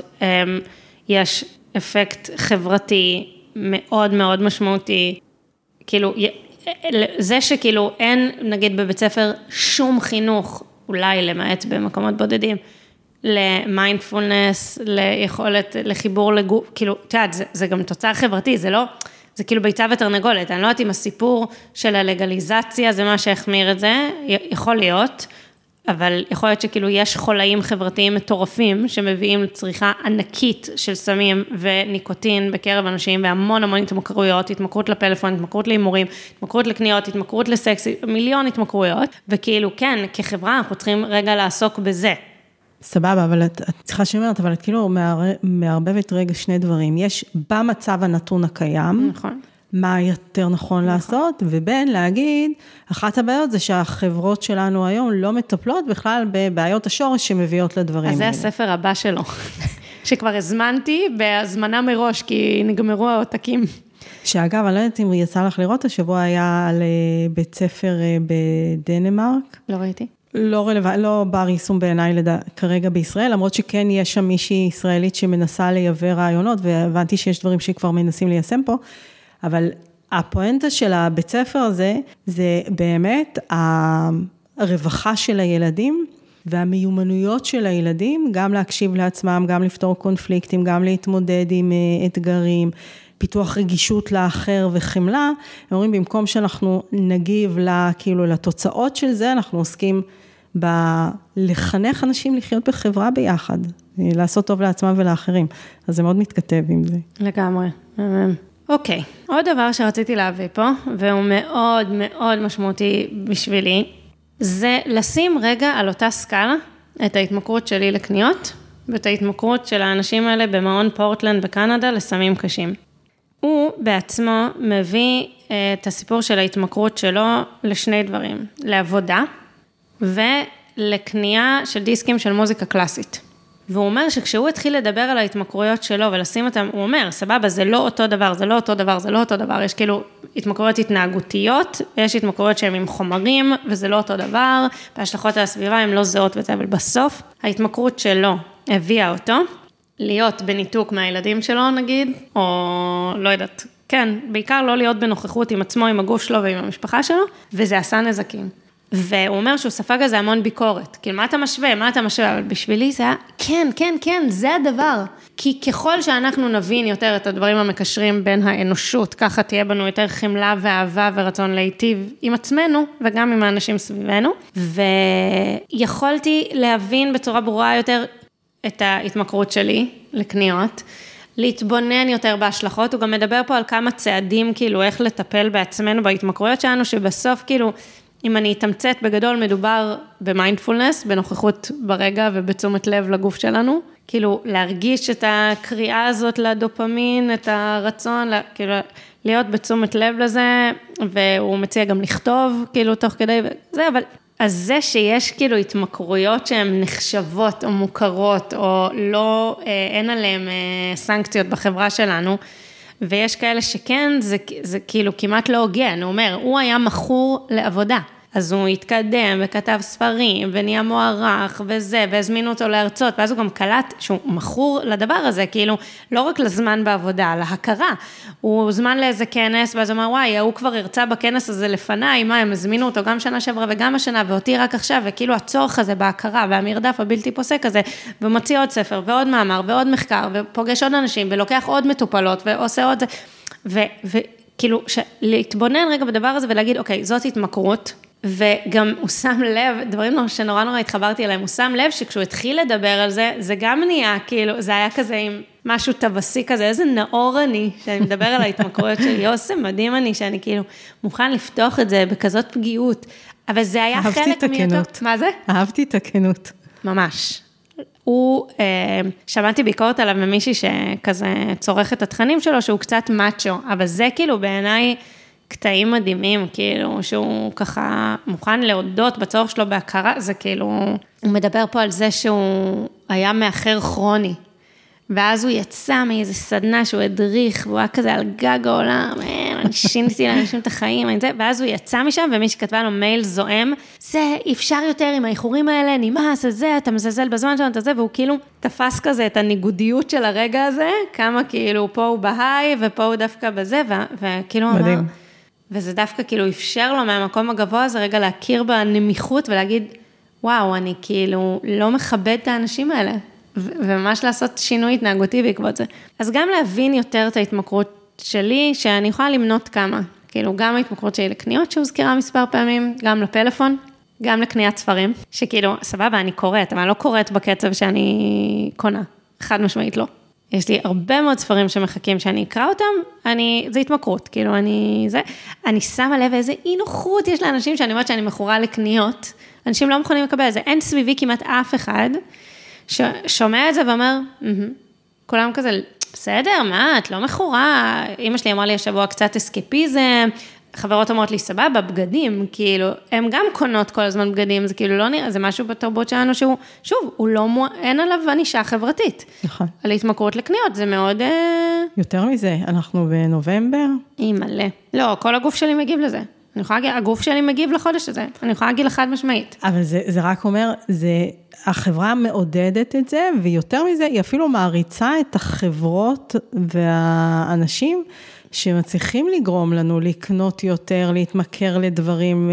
יש אפקט חברתי מאוד מאוד משמעותי, כאילו, זה שכאילו אין, נגיד בבית ספר, שום חינוך, אולי למעט במקומות בודדים, למיינדפולנס, ליכולת, לחיבור לגוף, כאילו, תיעד, זה גם תוצר חברתי, זה לא, זה כאילו ביצה ותרנגולת, אני לא יודעת אם הסיפור של הלגליזציה, זה מה שהחמיר את זה, יכול להיות, אבל יכול להיות שכאילו יש חולאים חברתיים מטורפים, שמביאים לצריכה ענקית של סמים וניקוטין בקרב אנשים, והמון המון התמכרויות, התמכרות לפלאפון, התמכרות להימורים, התמכרות לקניות, התמכרות לסקס, מיליון התמכרויות, וכאילו כן, כחברה אנחנו צריכים רגע לעסוק בזה. סבבה, אבל את צריכה שאומרת, אבל את כאילו מערבבת רגע שני דברים. יש במצב הנתון הקיים, נכון. מה יותר נכון לעשות, ובין להגיד, אחת הבעיות זה שהחברות שלנו היום לא מטפלות בכלל בבעיות השורש שמביאות לדברים אז האלה. זה הספר הבא שלו, שכבר הזמנתי בהזמנה מראש, כי נגמרו העותקים. שאגב, אני לא יודעת אם יצא לך לראות, השבוע היה על בית ספר בדנמרק. לא ראיתי. לא רלוונטי, לא בר יישום בעיניי כרגע בישראל, למרות שכן יש שם מישהי ישראלית שמנסה לייבא רעיונות, והבנתי שיש דברים שכבר מנסים ליישם פה, אבל הפואנטה של הבית ספר הזה, זה באמת הרווחה של הילדים, והמיומנויות של הילדים, גם להקשיב לעצמם, גם לפתור קונפליקטים, גם להתמודד עם אתגרים, פיתוח רגישות לאחר וחמלה, הם אומרים, במקום שאנחנו נגיב כאילו לתוצאות של זה, אנחנו עוסקים לחנך אנשים לחיות בחברה ביחד, לעשות טוב לעצמם ולאחרים. אז זה מאוד מתכתב עם זה. לגמרי. אוקיי, עוד דבר שרציתי להביא פה, והוא מאוד מאוד משמעותי בשבילי, זה לשים רגע על אותה סקאלה, את ההתמכרות שלי לקניות, ואת ההתמכרות של האנשים האלה במעון פורטלנד בקנדה לסמים קשים. הוא בעצמו מביא את הסיפור של ההתמכרות שלו לשני דברים, לעבודה ולקנייה של דיסקים של מוזיקה קלאסית. והוא אומר שכשהוא התחיל לדבר על ההתמכרויות שלו ולשים אותם, הוא אומר, סבבה, זה לא אותו דבר, זה לא אותו דבר, זה לא אותו דבר, יש כאילו התמכרויות התנהגותיות, ויש התמכרויות שהן עם חומרים, וזה לא אותו דבר, וההשלכות על הסביבה הן לא זהות וזה, אבל בסוף ההתמכרות שלו הביאה אותו, להיות בניתוק מהילדים שלו נגיד, או לא יודעת, כן, בעיקר לא להיות בנוכחות עם עצמו, עם הגוף שלו ועם המשפחה שלו, וזה עשה נזקים. והוא אומר שהוא ספג על זה המון ביקורת, כאילו מה אתה משווה, אבל בשבילי זה היה, כן, זה הדבר. כי ככל שאנחנו נבין יותר את הדברים המקשרים בין האנושות, ככה תהיה בנו יותר חמלה ואהבה ורצון להיטיב עם עצמנו, וגם עם האנשים סביבנו, ויכולתי להבין בצורה ברורה יותר את ההתמכרות שלי לקניות, להתבונן יותר בהשלכות, הוא גם מדבר פה על כמה צעדים, כאילו איך לטפל בעצמנו בהתמכרויות שלנו, שבסוף כאילו, אם אני אתמצת בגדול, מדובר במיינדפולנס, בנוכחות ברגע ובתשומת לב לגוף שלנו, כאילו להרגיש את הקריאה הזאת לדופמין, את הרצון, כאילו להיות בתשומת לב לזה, והוא מציע גם לכתוב, כאילו תוך כדי, זה, אבל אז זה שיש כאילו התמכרויות שהן נחשבות או מוכרות, או לא, אין עליהן סנקציות בחברה שלנו, ויש כאלה שכן, זה כאילו כמעט לא הוגן, הוא אומר, הוא היה מכור לעבודה. אז הוא התקדם וכתב ספרים, ונהיה מוערך וזה, והזמינו אותו להרצות, ואז הוא גם קלט שהוא מכור לדבר הזה, כאילו, לא רק לזמן בעבודה, להכרה. הוא זמן לאיזה כנס, ואז הוא אומר, וואי, הוא כבר הרצה בכנס הזה לפניי, מה, הם הזמינו אותו גם שנה שעברה וגם השנה, ואותי רק עכשיו, וכאילו הצורך הזה בהכרה, והמרדף הבלתי פוסק הזה, ומוציא עוד ספר, ועוד מאמר, ועוד מחקר, ופוגש עוד אנשים, ולוקח עוד מטופלות, ועושה עוד זה, וכאילו, להתבונן רגע בדבר הזה, ולהגיד, אוקיי, זאת התמכרות, וגם הוא שם לב, דברים שנורא התחברתי אליהם, הוא שם לב שכשהוא התחיל לדבר על זה, זה גם נהיה, כאילו, זה היה כזה עם משהו טבסי כזה, איזה נאור אני, שאני מדבר על ההתמכרויות שלי, עושה מדהים אני, שאני כאילו מוכן לפתוח את זה בכזאת פגיעות, אבל זה היה חלק מאותו... אהבתי את הכנות. מה זה? אהבתי את הכנות. ממש. הוא, שמעתי ביקורת עליו ממישהי שכזה צורך את התכנים שלו, שהוא קצת מאצ'ו, אבל זה כאילו בעיניי, קטעים מדהימים, כאילו, שהוא ככה מוכן להודות בצורך שלו בהכרה, זה כאילו, הוא מדבר פה על זה שהוא היה מאחר כרוני, ואז הוא יצא מאיזה סדנה שהוא הדריך, והוא היה כזה על גג העולם, אני שינתי לאנשים את החיים, ואז הוא יצא משם, ומי שכתבה לו מייל זועם, זה אפשר יותר עם האיחורים האלה, נמאס, זה, אתה מזלזל בזמן שלנו, אתה זה, והוא כאילו תפס כזה את הניגודיות של הרגע הזה, כמה כאילו פה הוא בהיי, ופה הוא דווקא בזה, וכאילו מדהים. אמר, וזה דווקא כאילו אפשר לו מהמקום הגבוה הזה רגע להכיר בנמיכות ולהגיד, וואו, אני כאילו לא מכבד את האנשים האלה, וממש לעשות שינוי התנהגותי בעקבות זה. אז גם להבין יותר את ההתמכרות שלי, שאני יכולה למנות כמה, כאילו גם ההתמכרות שלי לקניות שהוזכרה מספר פעמים, גם לפלאפון, גם לקניית ספרים, שכאילו, סבבה, אני קוראת, אבל אני לא קוראת בקצב שאני קונה, חד משמעית לא. יש לי הרבה מאוד ספרים שמחכים שאני אקרא אותם, זה התמכרות, כאילו אני שמה לב איזה אי נוחות יש לאנשים שאני אומרת שאני מכורה לקניות, אנשים לא מוכנים לקבל את זה, אין סביבי כמעט אף אחד ששומע את זה ואומר, כולם כזה, בסדר, מה, את לא מכורה, אמא שלי אמרה לי השבוע קצת אסקפיזם, חברות אומרות לי, סבבה, בגדים, כאילו, הם גם קונות כל הזמן בגדים, זה כאילו לא נראה, זה משהו בתרבות שלנו שהוא, שוב, הוא לא, אין עליו ענישה חברתית. נכון. על התמכרות לקניות, זה מאוד... יותר מזה, אנחנו בנובמבר. מלא. לא, כל הגוף שלי מגיב לזה. אני יכולה להגיד, הגוף שלי מגיב לחודש הזה, אני יכולה להגיד לחד משמעית. אבל זה רק אומר, החברה מעודדת את זה, ויותר מזה, היא אפילו מעריצה את החברות והאנשים, שמצליחים לגרום לנו לקנות יותר, להתמכר לדברים,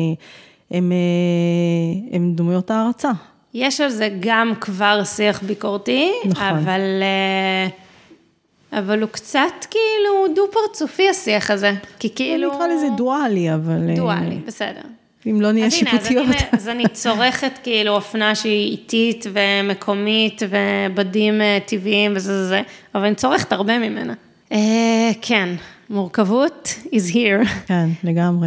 הם דמויות הערצה. יש על זה גם כבר שיח ביקורתי, נכון. אבל הוא קצת כאילו דו פרצופי השיח הזה, כי כאילו... נקרא לזה דואלי, אבל... דואלי, בסדר. אם לא נהיה שיפוטיות. אז אני צורכת כאילו אופנה שהיא איטית ומקומית ובדים טבעיים וזה, אבל אני צורכת הרבה ממנה. כן, מורכבות is here. כן, לגמרי.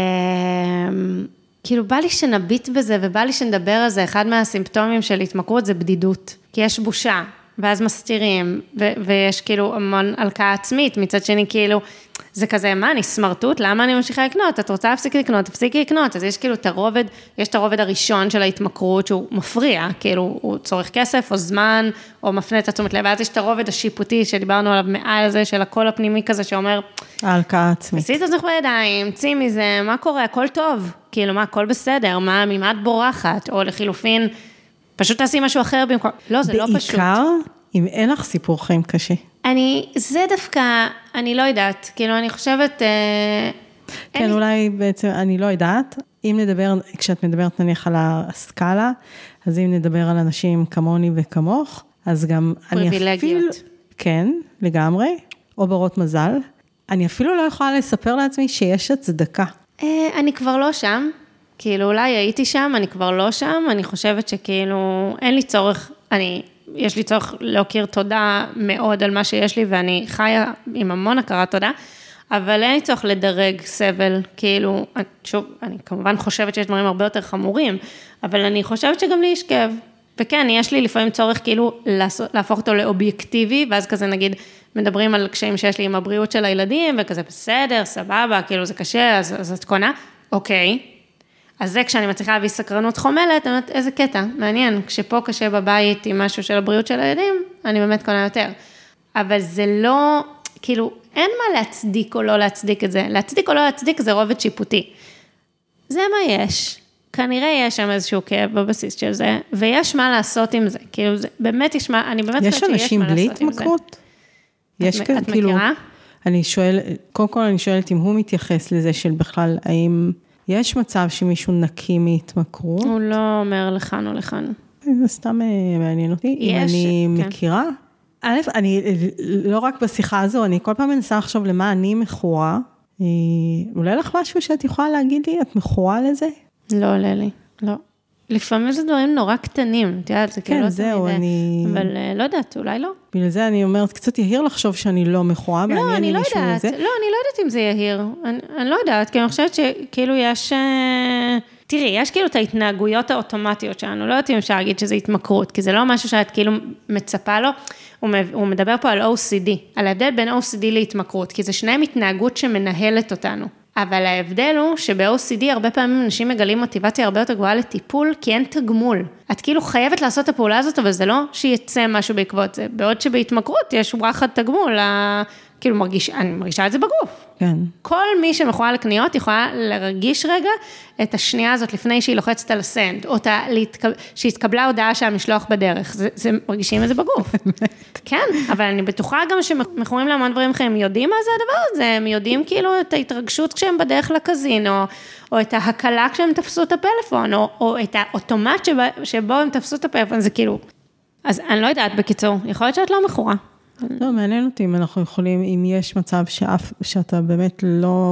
כאילו בא לי שנביט בזה ובא לי שנדבר על זה, אחד מהסימפטומים של התמכרות זה בדידות, כי יש בושה, ואז מסתירים, ויש כאילו המון הלקאה עצמית, מצד שני כאילו, זה כזה, מה, אני סמרטוט, למה אני ממשיכה לקנות? את רוצה להפסיק לקנות, תפסיקי לקנות, אז יש כאילו את הרובד, יש את הרובד הראשון של ההתמכרות, שהוא מפריע, כאילו הוא צורך כסף או זמן, או מפנה את התשומת לב, ואז יש את הרובד השיפוטי, שדיברנו עליו מעל זה, של הקול הפנימי כזה, שאומר, ההלקאה עצמית. עשית את זה בידיים, צאי מזה, מה קורה, הכל טוב, כאילו מה, הכל בסדר, מה, ממה את בורחת, או לחילופין, פשוט תעשי משהו אחר במקום, לא, זה לא פשוט. בעיקר, אם אין לך סיפור חיים קשה. זה דווקא, אני לא יודעת, כאילו אני חושבת... כן, אולי בעצם, אני לא יודעת, אם נדבר, כשאת מדברת נניח על הסקאלה, אז אם נדבר על אנשים כמוני וכמוך, אז גם פריבילגיות. כן, לגמרי, או ברות מזל, אני אפילו לא יכולה לספר לעצמי שיש הצדקה. אני כבר לא שם, כאילו אולי הייתי שם, אני כבר לא שם, אני חושבת שכאילו אין לי צורך, יש לי צורך להכיר תודה מאוד על מה שיש לי, ואני חיה עם המון הכרת תודה, אבל אין לי צורך לדרג סבל, כאילו, שוב, אני כמובן חושבת שיש דברים הרבה יותר חמורים, אבל אני חושבת שגם לי יש כאב, וכן, יש לי לפעמים צורך כאילו להפוך אותו לאובייקטיבי, ואז כזה נגיד, מדברים על קשיים שיש לי עם הבריאות של הילדים, וכזה בסדר, סבבה, כאילו זה קשה, אז את קונה, אוקיי, אז זה כשאני מצליחה להביא סקרנות חומלת, אני אומרת, איזה קטע, מעניין, כשפה קשה בבית עם משהו של הבריאות של הילדים, אני באמת קונה יותר. אבל זה לא, כאילו, אין מה להצדיק או לא להצדיק את זה. להצדיק או לא להצדיק זה רובד שיפוטי. זה מה יש. כנראה יש שם איזשהו כאב בבסיס של זה, ויש מה לעשות עם זה. כאילו, זה, באמת יש מה, אני באמת חושבת שיש מה לעשות עם זה. יש אנשים בלי התמכרות? יש כאן, כאילו, אני שואל, קודם כל אני שואלת אם הוא מתייחס לזה של בכלל, האם יש מצב שמישהו נקי מהתמכרות? הוא לא אומר לכאן או לכאן. זה סתם מעניין אותי. אם אני מכירה, א', אני לא רק בשיחה הזו, אני כל פעם מנסה לחשוב למה אני מכורה. אולי לך משהו שאת יכולה להגיד לי, את מכורה לזה? לא עולה לי, לא. לפעמים זה דברים נורא קטנים, את יודעת, זה כאילו לא זהו, אני... אבל לא יודעת, אולי לא. בגלל זה אני אומרת, קצת יהיר לחשוב שאני לא מכורה, לא, אני לא יודעת, לא, אני לא יודעת אם זה יהיר, אני לא יודעת, כי אני חושבת שכאילו יש... תראי, יש כאילו את ההתנהגויות האוטומטיות שלנו, לא יודעת אם אפשר להגיד שזה התמכרות, כי זה לא משהו שאת כאילו מצפה לו, הוא מדבר פה על OCD, על ההבדל בין OCD להתמכרות, כי זה שניהם התנהגות שמנהלת אותנו. אבל ההבדל הוא שב-OCD הרבה פעמים אנשים מגלים מוטיבציה הרבה יותר גבוהה לטיפול, כי אין תגמול. את כאילו חייבת לעשות את הפעולה הזאת, אבל זה לא שיצא משהו בעקבות זה. בעוד שבהתמכרות יש וואחד תגמול, כאילו אני מרגישה את זה בגוף. כן. כל מי שמכורה לקניות יכולה להרגיש רגע את השנייה הזאת לפני שהיא לוחצת על הסנד, או שהתקבלה הודעה שהמשלוח בדרך. זה מרגישים את זה בגוף. כן, אבל אני בטוחה גם שמכורים להמון דברים אחרים, יודעים מה זה הדבר הזה, הם יודעים כאילו את ההתרגשות כשהם בדרך לקזינו, או את ההקלה כשהם תפסו את הפלאפון, או את האוטומט שבו הם תפסו את הפלאפון, זה כאילו... אז אני לא יודעת בקיצור, יכול להיות שאת לא מכורה. לא, מעניין אותי אם אנחנו יכולים, אם יש מצב שאתה באמת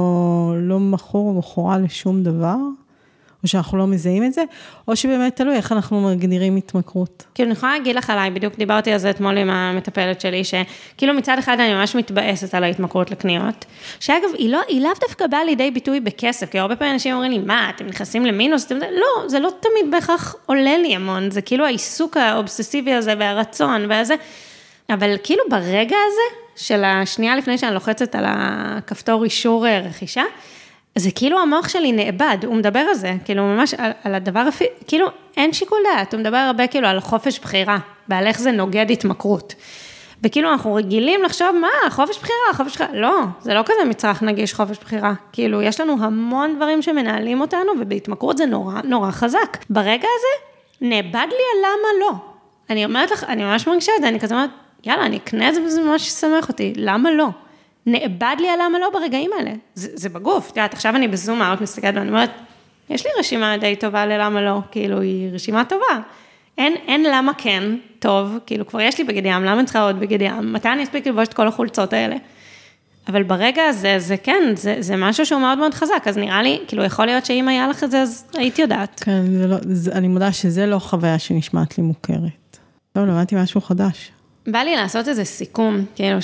לא מכור או מכורה לשום דבר, או שאנחנו לא מזהים את זה, או שבאמת תלוי איך אנחנו מגדירים התמכרות. כאילו, אני יכולה להגיד לך עליי, בדיוק דיברתי על זה אתמול עם המטפלת שלי, שכאילו מצד אחד אני ממש מתבאסת על ההתמכרות לקניות, שאגב, היא לאו דווקא באה לידי ביטוי בכסף, כי הרבה פעמים אנשים אומרים לי, מה, אתם נכנסים למינוס? לא, זה לא תמיד בהכרח עולה לי המון, זה כאילו העיסוק האובססיבי הזה והרצון והזה, אבל כאילו ברגע הזה, של השנייה לפני שאני לוחצת על הכפתור אישור רכישה, זה כאילו המוח שלי נאבד, הוא מדבר על זה, כאילו ממש על הדבר, כאילו אין שיקול דעת, הוא מדבר הרבה כאילו על חופש בחירה, ועל איך זה נוגד התמכרות. וכאילו אנחנו רגילים לחשוב, מה, חופש בחירה, לא, זה לא כזה מצרך נגיש חופש בחירה, כאילו יש לנו המון דברים שמנהלים אותנו, ובהתמכרות זה נורא, נורא חזק. ברגע הזה, נאבד לי על למה לא. אני אומרת לך, אני ממש מרגישה את זה, אני כזה אומרת, יאללה, אני אקנה את זה וזה ממש ישמח אותי, למה לא? נאבד לי על למה לא ברגעים האלה, זה בגוף, תראה, עכשיו אני בזום מהות מסתכלת, ואני אומרת, יש לי רשימה די טובה ללמה לא, כאילו היא רשימה טובה, אין למה כן טוב, כאילו כבר יש לי בגד ים, למה אני צריכה עוד בגד ים, מתי אני אספיק ללבוש את כל החולצות האלה, אבל ברגע הזה, זה כן, זה משהו שהוא מאוד מאוד חזק, אז נראה לי, כאילו יכול להיות שאם היה לך את זה, אז היית יודעת. כן, אני מודה שזה לא חוויה שנשמעת לי מוכרת. טוב, למדתי משהו חדש. בא לי לעשות איזה סיכום, כאילו,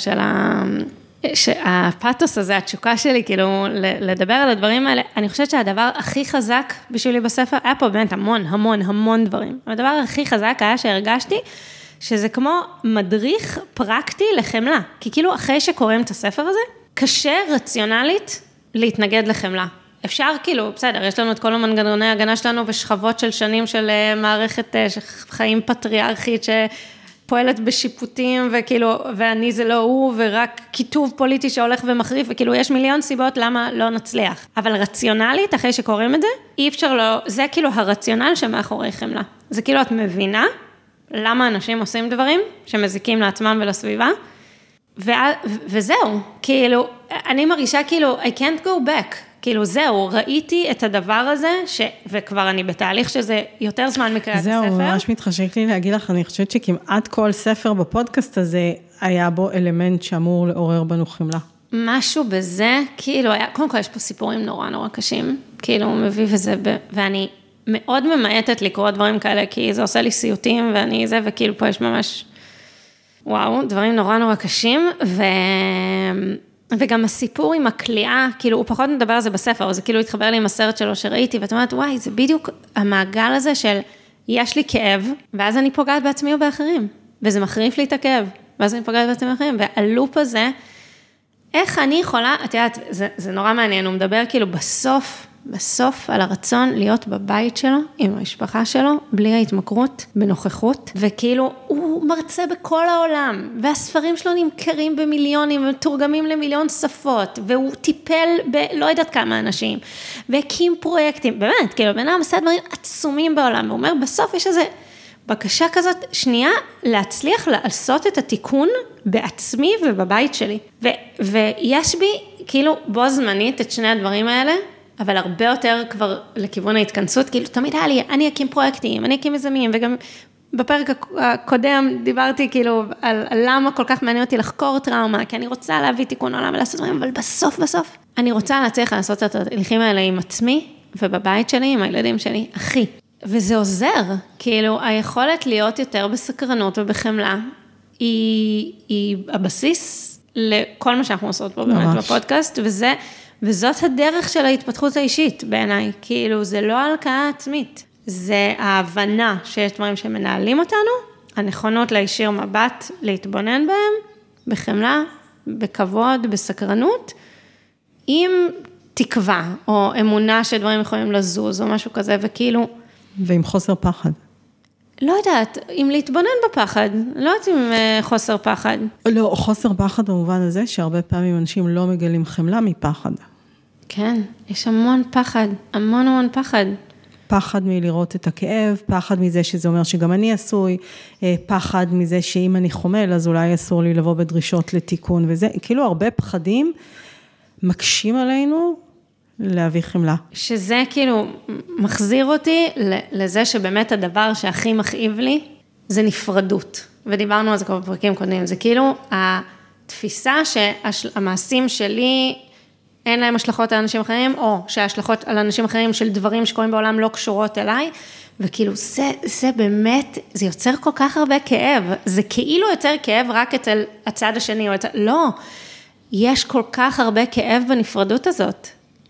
שהפאטוס הזה, התשוקה שלי, כאילו, לדבר על הדברים האלה, אני חושבת שהדבר הכי חזק בשבילי בספר, היה פה באמת המון דברים. הדבר הכי חזק היה שהרגשתי, שזה כמו מדריך פרקטי לחמלה. כי כאילו, אחרי שקוראים את הספר הזה, קשה רציונלית להתנגד לחמלה. אפשר כאילו, בסדר, יש לנו את כל המנגנוני ההגנה שלנו, ושכבות של שנים של מערכת חיים פטריארכית, פועלת בשיפוטים, וכאילו, ואני זה לא הוא, ורק כיתוב פוליטי שהולך ומחריף, וכאילו יש מיליון סיבות למה לא נצליח. אבל רציונלית, אחרי שקוראים את זה, אי אפשר לא, זה כאילו הרציונל שמאחורי חמלה. זה כאילו את מבינה למה אנשים עושים דברים שמזיקים לעצמם ולסביבה, וזהו, כאילו, אני מרגישה כאילו, I can't go back. כאילו זהו, ראיתי את הדבר הזה, וכבר אני בתהליך שזה יותר זמן מקריאת הספר. זהו, ממש מתחשק לי להגיד לך, אני חושבת שכמעט כל ספר בפודקאסט הזה, היה בו אלמנט שאמור לעורר בנו חמלה. משהו בזה, כאילו, קודם כל יש פה סיפורים נורא קשים, כאילו הוא מביא וזה, ואני מאוד ממעטת לקרוא דברים כאלה, כי זה עושה לי סיוטים, ואני זה, וכאילו פה יש ממש, וואו, דברים נורא קשים, וגם הסיפור עם הקליעה, כאילו הוא פחות מדבר על זה בספר, זה כאילו התחבר לי עם הסרט שלו שראיתי, ואת אומרת, וואי, זה בדיוק המעגל הזה של, יש לי כאב, ואז אני פוגעת בעצמי או באחרים, וזה מחריף לי את הכאב, ואז אני פוגעת בעצמי באחרים, והלופ הזה, איך אני יכולה, את יודעת, זה נורא מעניין, הוא מדבר כאילו בסוף, בסוף על הרצון להיות בבית שלו, עם המשפחה שלו, בלי ההתמכרות, בנוכחות, וכאילו הוא מרצה בכל העולם, והספרים שלו נמכרים במיליונים, מתורגמים למיליון שפות, והוא טיפל בלא יודעת כמה אנשים, והקים פרויקטים, באמת, כאילו בן אדם עשה דברים עצומים בעולם, והוא אומר, בסוף יש איזה בקשה כזאת, שנייה, להצליח לעשות את התיקון בעצמי ובבית שלי, ויש בי כאילו בו זמנית את שני הדברים האלה, אבל הרבה יותר כבר לכיוון ההתכנסות, כאילו תמיד היה לי, אני אקים פרויקטים, אני אקים מיזמים, וגם בפרק הקודם דיברתי כאילו על למה כל כך מעניין אותי לחקור טראומה, כי אני רוצה להביא תיקון עולם ולעשות דברים, אבל בסוף, אני רוצה להצליח לעשות את התהליכים האלה עם עצמי, ובבית שלי, עם הילדים שלי, אחי. וזה עוזר, כאילו היכולת להיות יותר בסקרנות ובחמלה, היא הבסיס לכל מה שאנחנו עושות פה באמת בפודקאסט, וזאת הדרך של ההתפתחות האישית בעיניי, כאילו זה לא הלקאה עצמית, זה ההבנה שיש דברים שמנהלים אותנו, הנכונות להישיר מבט, להתבונן בהם, בחמלה, בכבוד, בסקרנות, עם תקווה, או אמונה שדברים יכולים לזוז, או משהו כזה, וכאילו... ועם חוסר פחד. לא יודעת, אם להתבונן בפחד, לא יודעת אם חוסר פחד. לא, חוסר פחד במובן הזה, שהרבה פעמים אנשים לא מגלים חמלה מפחד. כן, יש המון פחד, המון פחד. פחד מלראות את הכאב, פחד מזה שזה אומר שגם אני עשוי, פחד מזה שאם אני חומל, אז אולי אסור לי לבוא בדרישות לתיקון, וזה, כאילו הרבה פחדים מקשים עלינו להביא חמלה. שזה כאילו מחזיר אותי לזה שבאמת הדבר שהכי מכאיב לי, זה נפרדות. ודיברנו על זה כבר בפרקים קודמים, זה כאילו התפיסה שהמעשים שלי, אין להם השלכות על אנשים אחרים, או שההשלכות על אנשים אחרים של דברים שקורים בעולם לא קשורות אליי, וכאילו זה באמת, זה יוצר כל כך הרבה כאב, זה כאילו יוצר כאב רק אצל הצד השני, לא, יש כל כך הרבה כאב בנפרדות הזאת,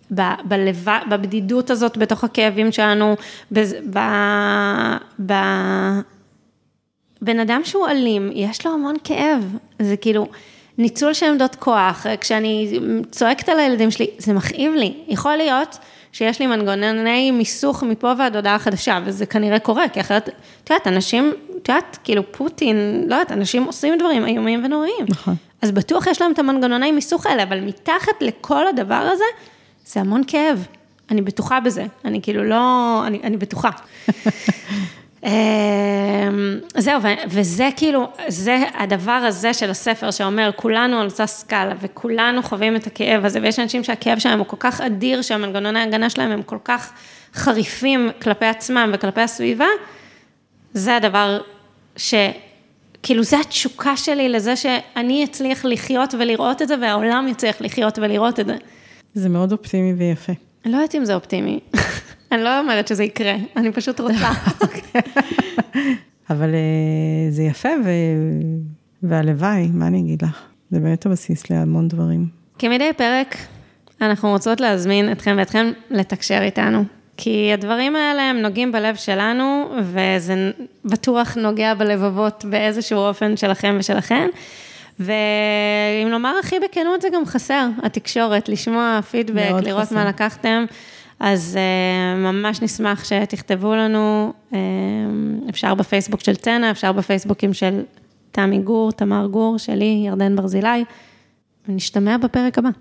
בבדידות הזאת, בתוך הכאבים שלנו, בן אדם שהוא אלים, יש לו המון כאב, זה כאילו, ניצול של עמדות כוח, כשאני צועקת על הילדים שלי, זה מכאיב לי, יכול להיות שיש לי מנגנוני מיסוך מפה ועד הודעה חדשה, וזה כנראה קורה, כי אחרת, את יודעת, אנשים, את יודעת, כאילו פוטין, לא יודעת, אנשים עושים דברים איומים ונוראים. נכון. אז בטוח יש להם את המנגנוני מיסוך האלה, אבל מתחת לכל הדבר הזה, זה המון כאב. אני בטוחה בזה. אני כאילו לא, אני בטוחה. זהו, וזה כאילו, זה הדבר הזה של הספר שאומר, כולנו על אותה סקאלה, וכולנו חווים את הכאב הזה, ויש אנשים שהכאב שלהם הוא כל כך אדיר, שהמנגנוני ההגנה שלהם הם כל כך חריפים כלפי עצמם וכלפי הסביבה, זה הדבר כאילו זה התשוקה שלי לזה שאני אצליח לחיות ולראות את זה, והעולם יצליח לחיות ולראות את זה. זה מאוד אופטימי ויפה. אני לא יודעת אם זה אופטימי. אני לא אומרת שזה יקרה, אני פשוט רוצה. אבל זה יפה והלוואי, מה אני אגיד לך? זה באמת הבסיס להמון דברים. כמדי פרק, אנחנו רוצות להזמין אתכם ואתכם לתקשר איתנו. כי הדברים האלה הם נוגעים בלב שלנו, וזה בטוח נוגע בלבבות באיזשהו אופן שלכם ושלכם. ואם לומר הכי בכנות זה גם חסר, התקשורת, לשמוע פידבק, לראות חסר. מה לקחתם. אז ממש נשמח שתכתבו לנו, אפשר בפייסבוק של צנה, אפשר בפייסבוקים של תמי גור, תמר גור, שלי, ירדן ברזילי, ונשתמע בפרק הבא.